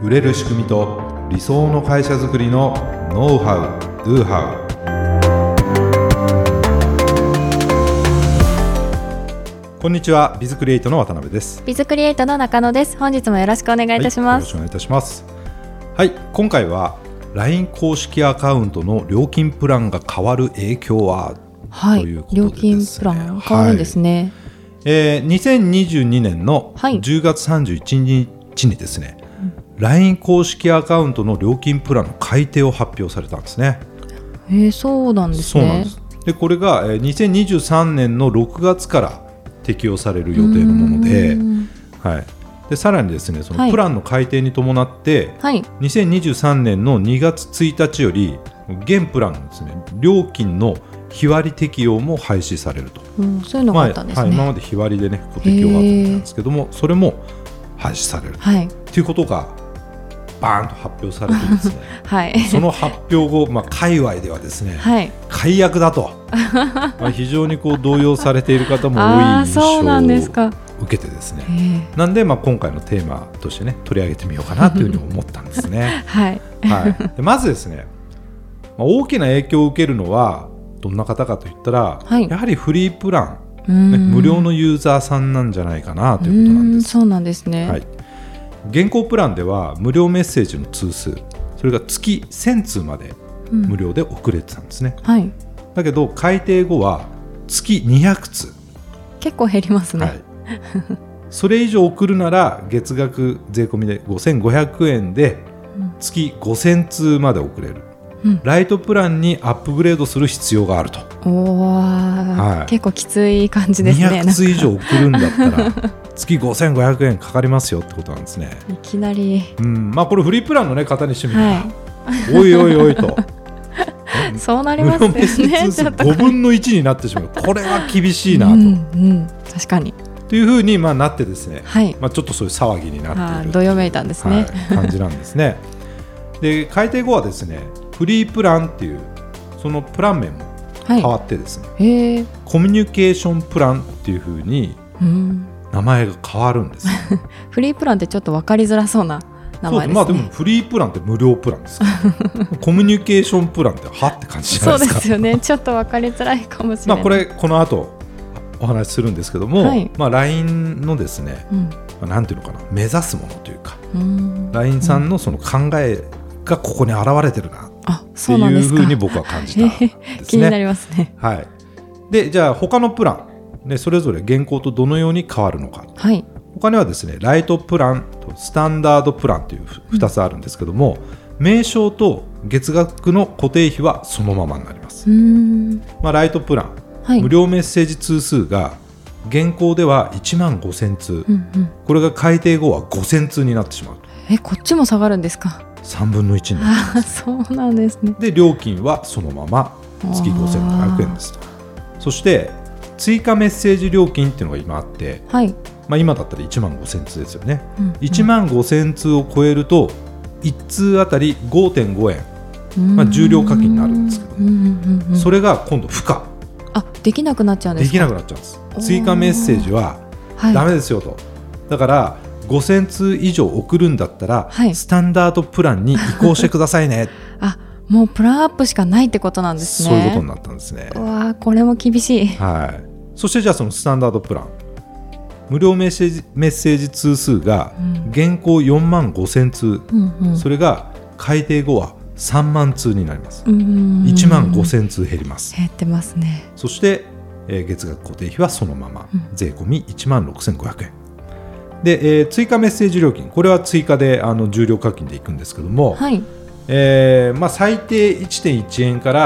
売れる仕組みと理想の会社づくりのノウハウ・ドゥハウ。こんにちは、ビズクリエイトの渡辺です。 ビズクリエイトの中野です。本日もよろしくお願いいたします。 よろしくお願いいたします。はい、今回は LINE 公式アカウントの料金プランが変わる影響は、ということでですね、料金プラン変わるんですね。 2022年の10月31日にですね、LINE 公式アカウントの料金プランの改定を発表されたんですね。 そうなんですね。 そうなんです。でこれが2023年の6月から適用される予定のもので、はい、でさらにですね、そのプランの改定に伴って、はい、2023年の2月1日より現プランのですね、料金の日割り適用も廃止されると、 そういうのがあったんですね。 今まで日割りでね、適用があったんですけども、それも廃止されるということがバーンと発表されてですね、はい、その発表後、界隈ではですね、はい、解約だと非常に動揺されている方も多い印象を受けてですね、なんで今回のテーマとしてね、取り上げてみようかなというふうに思ったんですね。はいはい、でまずですね、大きな影響を受けるのはどんな方かといったら、はい、やはりフリープラン、無料のユーザーさんなんじゃないかなということなんです。 そうなんですね。 はい、現行プランでは無料メッセージの通数、それが月1000通まで無料で送れてたんですね。はい、だけど改定後は月200通、 結構減りますね。はい、 それ以上送るなら月額税込みで5500円で月5000通まで送れる、ライトプランにアップグレードする必要があると。 はい、結構きつい感じですね。 200通以上送るんだったら月5500円かかりますよってことなんですね。 いきなり、 これフリープランの、方にしてみたら、はい、おいおいおいとそうなりますね。 無料メッセージ通数5分の1になってしまう。これは厳しいなと、 確かにというふうになってですね、はい、ちょっとそういう騒ぎになっている、 どよめいたんですね、 感じなんですね。で改定後はですね、フリープランっていうそのプラン名も変わってですね、コミュニケーションプランっていうふうに名前が変わるんです。 フリープランってちょっと分かりづらそうな名前ですね。 でもフリープランって無料プランですからコミュニケーションプランってはって感じじゃないですか。 そうですよね。ちょっと分かりづらいかもしれない。 この後お話しするんですけども、はい、LINE のですね、なんていうのかな、目指すものというか、LINE さんのその考えがここに現れてるなっていうふうに僕は感じたんですね。 気になりますね。 はい、でじゃあ他のプランでそれぞれ現行とどのように変わるのか、はい、他にはですね、ライトプランとスタンダードプランという2つあるんですけども、名称と月額の固定費はそのままになります。ライトプラン、はい、無料メッセージ通数が現行では1万5000通、これが改定後は5000通になってしまうと。 こっちも下がるんですか。 3分の1になります。 そうなんですね。 で料金はそのまま月5500円ですと。そして追加メッセージ料金っていうのが今あって、はい、今だったら1万5000通ですよね。1万5000通を超えると1通あたり 5.5 円、重量課金になるんですけど、それが今度不可、 できなくなっちゃうんですか。 できなくなっちゃうんです。追加メッセージはダメですよと。だから5000通以上送るんだったら、スタンダードプランに移行してくださいねもうプランアップしかないってことなんですね。 そういうことになったんですね。 これも厳しい。 はい、そしてじゃあそのスタンダードプラン、無料メッセージ通数が現行4万5000通、それが改定後は3万通になります。1万5000通減ります。 減ってますね。 そして、月額固定費はそのまま、税込み1万6500円で、追加メッセージ料金、これは追加で重量課金でいくんですけども、はい、最低 1.1 円から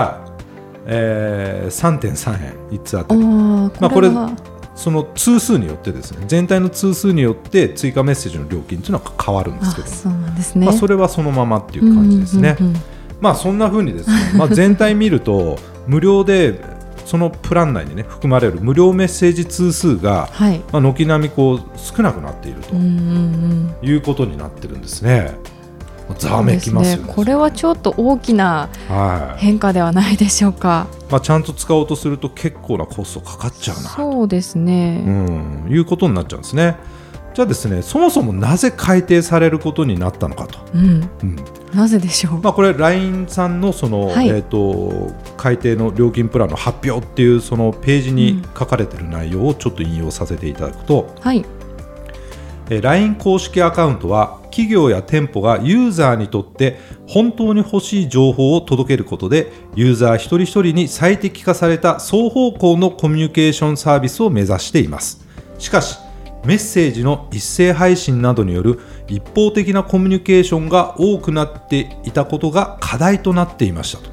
、3.3 円1通あたり、これその通数によってですね、全体の通数によって追加メッセージの料金というのは変わるんですけども、 そうなんですね。 それはそのままっていう感じですね。そんな風にですね、全体見ると無料でそのプラン内に、含まれる無料メッセージ通数が、軒並み少なくなっているということになってるんですね。ざわめきますよね。 これはちょっと大きな変化ではないでしょうか。 ちゃんと使おうとすると結構なコストかかっちゃうな、 そうですね、 いうことになっちゃうんですね。 じゃあですね、そもそもなぜ改定されることになったのかと、 なぜでしょう。 これ LINE さんのその、改定の料金プランの発表っていうそのページに書かれている内容をちょっと引用させていただくと、LINE 公式アカウントは企業や店舗がユーザーにとって本当に欲しい情報を届けることでユーザー一人一人に最適化された双方向のコミュニケーションサービスを目指しています。しかしメッセージの一斉配信などによる一方的なコミュニケーションが多くなっていたことが課題となっていましたと。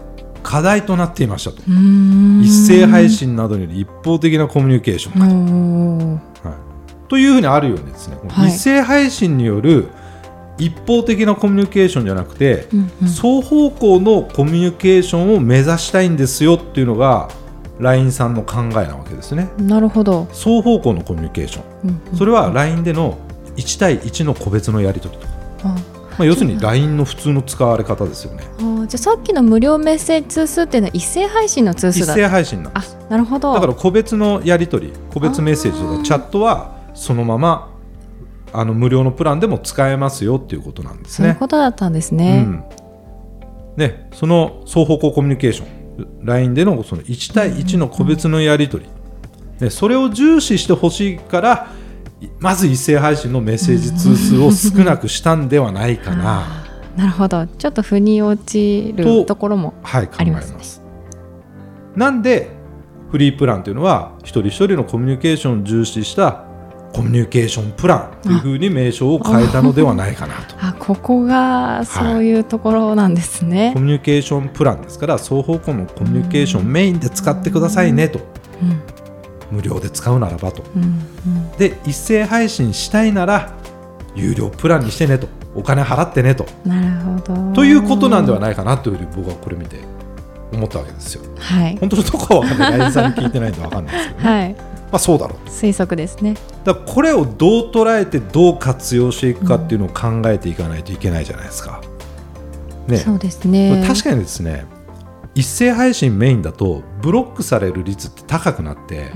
一斉配信などによる一方的なコミュニケーションがというふうにあるようにですね、一斉配信による一方的なコミュニケーションじゃなくて、双方向のコミュニケーションを目指したいんですよっていうのが LINE さんの考えなわけですね。 なるほど。 双方向のコミュニケーション、それは LINE での1対1の個別のやり取りとか、要するに LINE の普通の使われ方ですよね。 じゃあさっきの無料メッセージ通数っていうのは一斉配信の通数だ。 一斉配信なんです。 なるほど。 だから個別のやり取り、個別メッセージとかチャットはそのまま無料のプランでも使えますよっていうことなんですね。 そういうことだったんですね。 その双方向コミュニケーション、 LINE でのその1対1の個別のやり取り、それを重視してほしいからまず一斉配信のメッセージ通数を少なくしたんではないかななるほど。ちょっと腑に落ちるところもありますね。考えます。 なんでフリープランというのは一人一人のコミュニケーションを重視したコミュニケーションプランというふうに名称を変えたのではないかなと。 ここがそういうところなんですね。 コミュニケーションプランですから双方向のコミュニケーションメインで使ってくださいねと、無料で使うならばと、で一斉配信したいなら有料プランにしてねと、お金払ってねと、 なるほどということなんではないかなというふうに僕はこれ見て思ったわけですよ。本当のところは分かんない、LINE さんに聞いてないんで分かんないですけどね。そうだろうと推測ですね。 だからこれをどう捉えてどう活用していくかっていうのを考えていかないといけないじゃないですか、 そうですね。 確かにですね、一斉配信メインだとブロックされる率って高くなって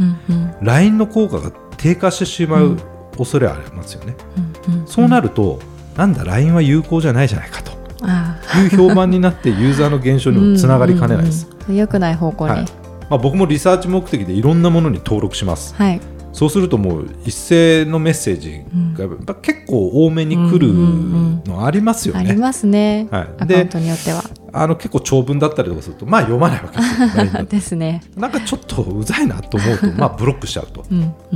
、LINE の効果が低下してしまう恐れはありますよね。そうなるとなんだ LINE は有効じゃないじゃないかという評判になってユーザーの減少にもつながりかねないです。 良くない方向に、 僕もリサーチ目的でいろんなものに登録します、そうするともう一斉のメッセージがやっぱ結構多めに来るのありますよね。 ありますね、アカウントによっては結構長文だったりとかすると読まないわけですよですね。 なんかちょっとうざいなと思うとブロックしちゃうと、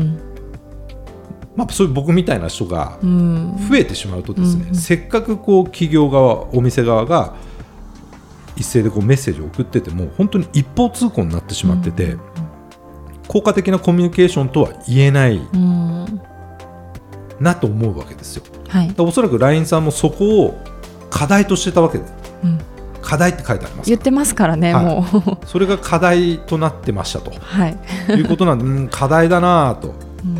そういう僕みたいな人が増えてしまうとですね、せっかく企業側お店側が一斉でメッセージを送ってても本当に一方通行になってしまってて、効果的なコミュニケーションとは言えないなと思うわけですよ。おそらく LINE さんもそこを課題としてたわけで、課題って書いてあります。 言ってますからね、もうそれが課題となってましたと、いうことなんで、課題だなと、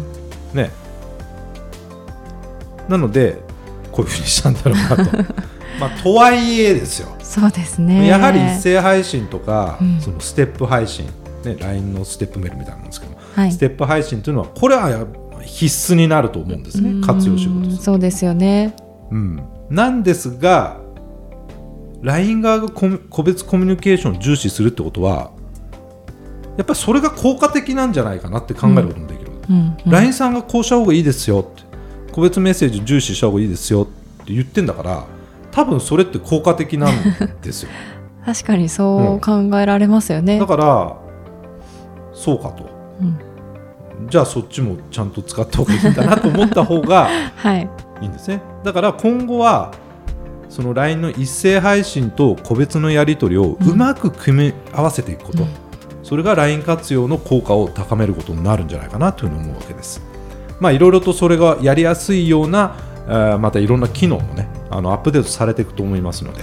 なのでこういうふうにしたんだろうなととはいえですよ。 そうですね。 やはり一斉配信とか、そのステップ配信、LINE のステップメールみたいなんですけど、ステップ配信というのはこれは必須になると思うんですね。活用しようとする。 そうですよね。 なんですが LINE 側が個別コミュニケーションを重視するってことはやっぱりそれが効果的なんじゃないかなって考えることもできる。LINE さんがこうした方がいいですよって、個別メッセージを重視した方がいいですよって言ってんだから多分それって効果的なんですよ確かにそう考えられますよね。 だからそうかと、じゃあそっちもちゃんと使った方がいいんだなと思った方がいいんですね。だから今後はその LINE の一斉配信と個別のやり取りをうまく組み合わせていくこと、それが LINE 活用の効果を高めることになるんじゃないかなというふうに思うわけです。いろいろとそれがやりやすいようなまたいろんな機能もねアップデートされていくと思いますので、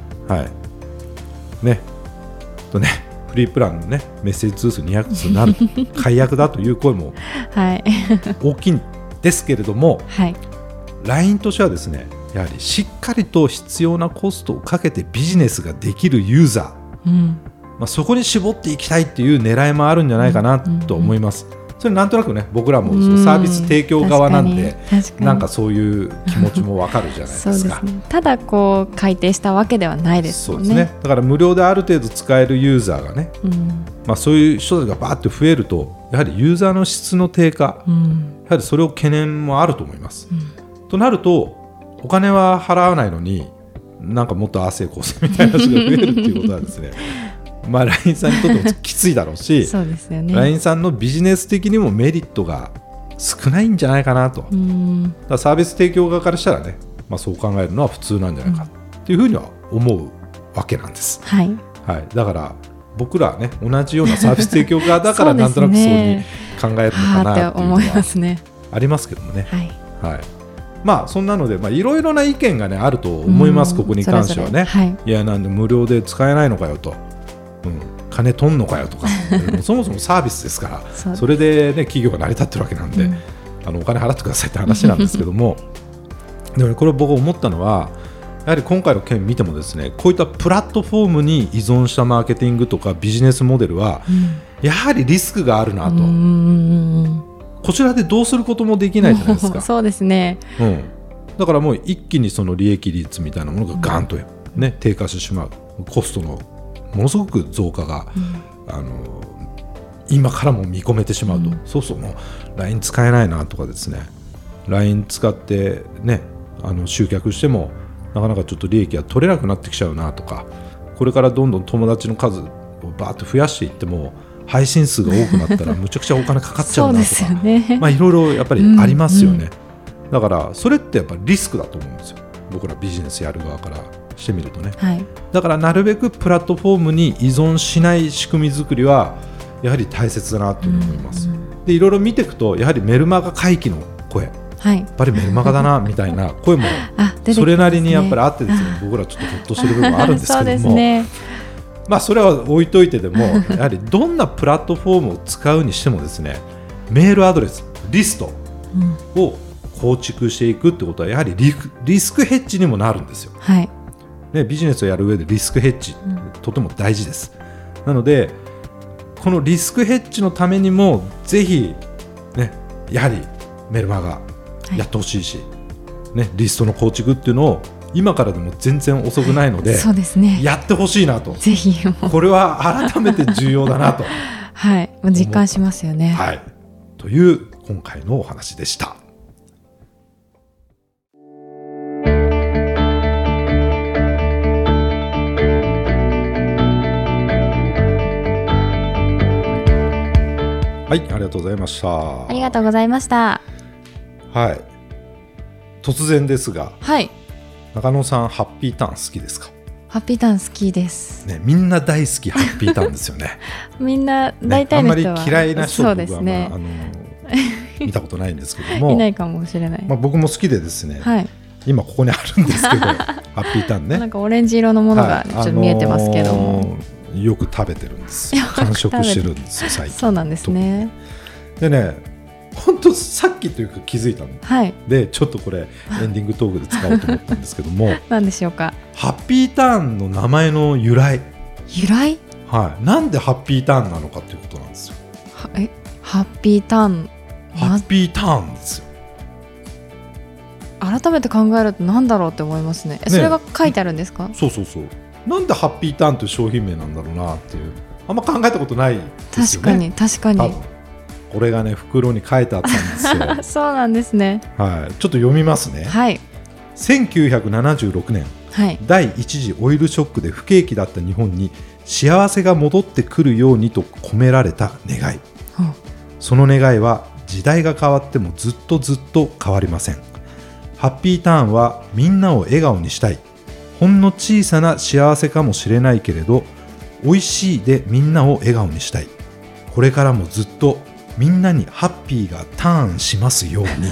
フリープランのねメッセージ通数200通になる解約だという声も大きいんですけれども、LINE としてはですねやはりしっかりと必要なコストをかけてビジネスができるユーザー、そこに絞っていきたいっていう狙いもあるんじゃないかなと思います。 それなんとなくね僕らもそのサービス提供側なんでなんかそういう気持ちもわかるじゃないですか。 そうですね、ただこう改定したわけではないですもんね。 そうですね、だから無料である程度使えるユーザーがね、そういう人がバーって増えるとやはりユーザーの質の低下、やはりそれを懸念もあると思います、となるとお金は払わないのになんかもっと汗こせみたいな人が増えるっていうことはですねLINE さんにとってもきついだろうしそうですよね、 LINE さんのビジネス的にもメリットが少ないんじゃないかなと。だからサービス提供側からしたらね、そう考えるのは普通なんじゃないかっていうふうには思うわけなんです、だから僕らはね同じようなサービス提供側だからなんとなくそうに考えるのかなっていうのはありますけどもね、そんなのでいろいろな意見がねあると思います、ここに関してはね、いやなんで無料で使えないのかよと、金取んのかよとかそもそもサービスですからそれで、ね、企業が成り立ってるわけなんで、お金払ってくださいって話なんですけどもでも、ね、これ僕思ったのはやはり今回の件見てもですねこういったプラットフォームに依存したマーケティングとかビジネスモデルは、やはりリスクがあるなと、こちらでどうすることもできないじゃないですか。 そうですね、 だからもう一気にその利益率みたいなものがガンと、低下してしまう、コストのものすごく増加が、今からも見込めてしまうと、そうそうもう LINE 使えないなとかですね LINE 使って、集客してもなかなかちょっと利益が取れなくなってきちゃうなとか、これからどんどん友達の数をバーッと増やしていっても配信数が多くなったらむちゃくちゃお金かかっちゃうなとかいろいろやっぱりありますよね、だからそれってやっぱりリスクだと思うんですよ、僕らビジネスやる側からしてみるとね、だからなるべくプラットフォームに依存しない仕組み作りはやはり大切だなと思います、でいろいろ見ていくとやはりメルマガ回帰の声、やっぱりメルマガだなみたいな声もそれなりにやっぱりあってですね、僕らちょっとほっとしてる部分もあるんですけどもそれは置いといてでもやはりどんなプラットフォームを使うにしてもですねメールアドレスリストを構築していくってことはやはりリスクヘッジにもなるんですよ、ビジネスをやる上でリスクヘッジ、とても大事です。なのでこのリスクヘッジのためにもぜひ、やはりメルマガやってほしいし、リストの構築っていうのを今からでも全然遅くないので、やってほしいなと、 ぜひこれは改めて重要だなと実感しますよね、 という今回のお話でした。ありがとうございました。 ありがとうございました。 突然ですが、中野さんハッピーターン好きですか？ ハッピーターン好きです、 みんな大好きハッピーターンですよねみんな大体の人は、 あんまり嫌いな人は僕は、見たことないんですけどもいないかもしれない、 僕も好きでですね、今ここにあるんですけどハッピーターンね、 なんかオレンジ色のものがちょっと見えてますけども、 よく食べてるんですよ、完食してるんですよ最近。 そうなんですね。 でね、本当さっきというか気づいたの、でちょっとこれエンディングトークで使おうと思ったんですけども何でしょうか？ ハッピーターンの名前の由来、なんでハッピーターンなのかということなんですよ。 ハッピーターン、 ハッピーターンですよ。 改めて考えると何だろうって思いますね。それが書いてあるんですか？ そうなんでハッピーターンという商品名なんだろうなっていう、あんま考えたことないですよね。 確かにこれがね袋に書いてあったんですよそうなんですね。 ちょっと読みますね。1976年、第一次オイルショックで不景気だった日本に幸せが戻ってくるようにと込められた願い、その願いは時代が変わってもずっと変わりません。ハッピーターンはみんなを笑顔にしたい、ほんの小さな幸せかもしれないけれど美味しいでみんなを笑顔にしたい、これからもずっとみんなにハッピーがターンしますように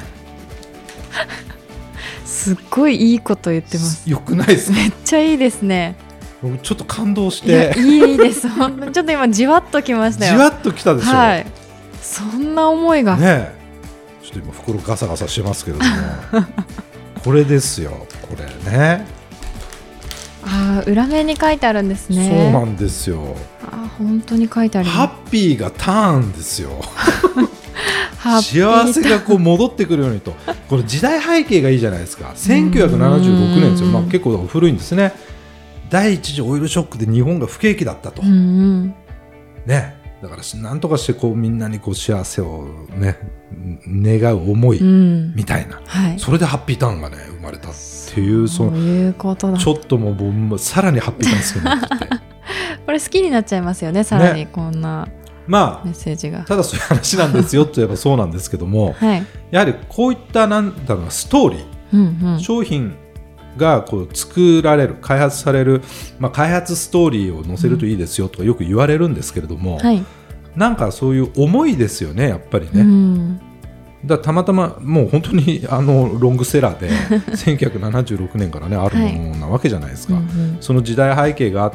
すっごいいいこと言ってます。 よくないですか？ めっちゃいいですね。 僕ちょっと感動して、 いいです本当にちょっと今じわっときましたよ。 じわっときたでしょ、 そんな思いがね。ちょっと今袋ガサガサしてますけれどもこれですよ、これね。 裏面に書いてあるんですね。 そうなんですよ。 本当に書いてある。 ハッピーがターンですよ幸せがこう戻ってくるようにとこの時代背景がいいじゃないですか。1976年ですよ、結構古いんですね。第一次オイルショックで日本が不景気だったと、ね、だからなんとかしてこうみんなにこう幸せを、ね、願う思いみたいな、それでハッピーターンが、ね、生まれたっていう、 そういうことだ。 ちょっともうさらにハッピーターン好きになってきてこれ好きになっちゃいますよね、さらにこんなメッセージが、 ただそういう話なんですよといえばそうなんですけども、やはりこういったなんだろうなストーリー、商品がこう作られる開発される、開発ストーリーを載せるといいですよとかよく言われるんですけれども、なんかそういう思いですよね、やっぱりね。だたまたまもう本当にロングセラーで1976年から、ね、あるものなわけじゃないですか、その時代背景があって、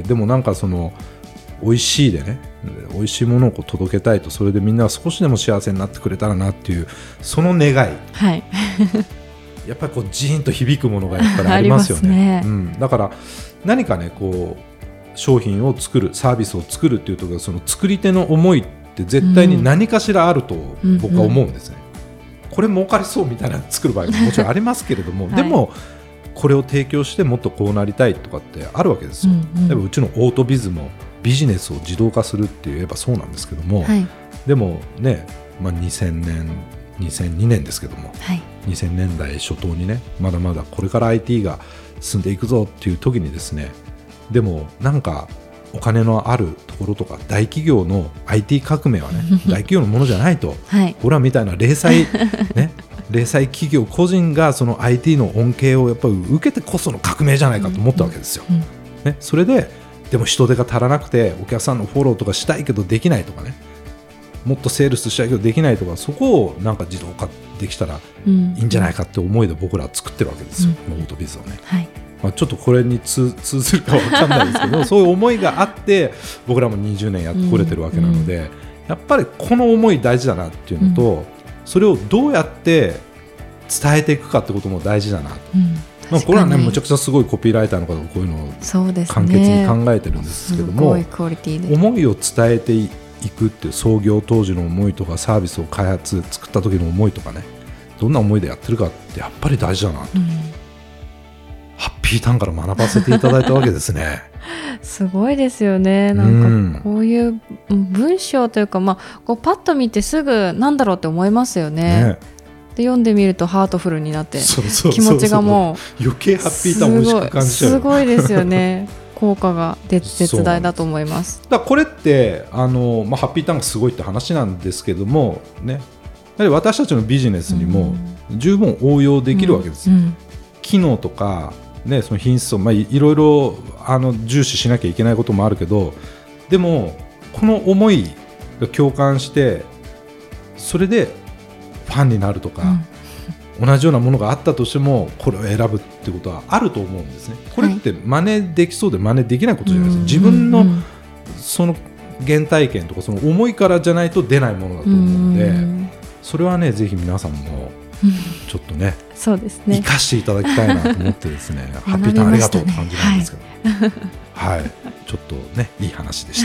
でもなんかその美味しいでね、美味しいものをこう届けたいと、それでみんなが少しでも幸せになってくれたらなっていうその願い、やっぱりこうジーンと響くものがやっぱりありますよね。だから何かねこう商品を作るサービスを作るっていうところ、その作り手の思いって絶対に何かしらあると僕は思うんですね。これ儲かりそうみたいな作る場合ももちろんありますけれども、でもこれを提供してもっとこうなりたいとかってあるわけですよ。例えばうちのオートビズもビジネスを自動化するって言えばそうなんですけども、でもね、2002年ですけども、2000年代初頭にね、まだまだこれから IT が進んでいくぞっていう時にですね、でもなんかお金のあるところとか大企業の IT 革命はね大企業のものじゃないと、僕らみたいな零細企業個人がその IT の恩恵をやっぱり受けてこその革命じゃないかと思ったわけですよ。それでも人手が足らなくてお客さんのフォローとかしたいけどできないとかね、もっとセールスしたいけどできないとか、そこをなんか自動化できたらいいんじゃないかって思いで僕らは作ってるわけですよ、オートビズをね。ちょっとこれに通ずるか分かんないですけどそういう思いがあって僕らも20年やってこれてるわけなので、やっぱりこの思い大事だなっていうのと、それをどうやって伝えていくかってことも大事だなと、これはねむちゃくちゃすごいコピーライターの方がこういうのを簡潔に考えてるんですけども、思いを伝えていくっていう創業当時の思いとかサービスを開発作った時の思いとかね、どんな思いでやってるかってやっぱり大事だなと、ハッピーターンから学ばせていただいたわけですね。 すごいですよね。なんかこういう文章というか、こうパッと見てすぐなんだろうって思いますよね。で読んでみるとハートフルになって気持ちがもう余計ハッピーターンを美味しく感じちゃう。 すごいですよね。効果が絶大だと思います。 だからこれってハッピーターンがすごいって話なんですけどもね、やはり私たちのビジネスにも十分応用できるわけです。機能とかね、その品質を、いろいろ重視しなきゃいけないこともあるけど、でもこの思いが共感してそれでファンになるとか、同じようなものがあったとしてもこれを選ぶってことはあると思うんですね。これって真似できそうで真似できないことじゃないですか。自分のその原体験とかその思いからじゃないと出ないものだと思うので、それはねぜひ皆さんもちょっとねそうですね、 生かしていただきたいなと思ってですねハッピーターンありがとうって感じなんですけど、ちょっとねいい話でした。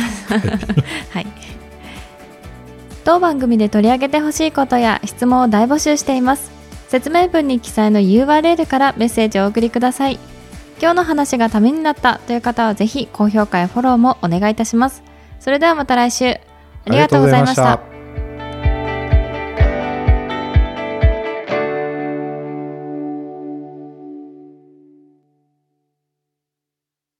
当番組で取り上げてほしいことや質問を大募集しています。説明文に記載の URL からメッセージをお送りください。今日の話がためになったという方はぜひ高評価やフォローもお願いいたします。それではまた来週。ありがとうございました。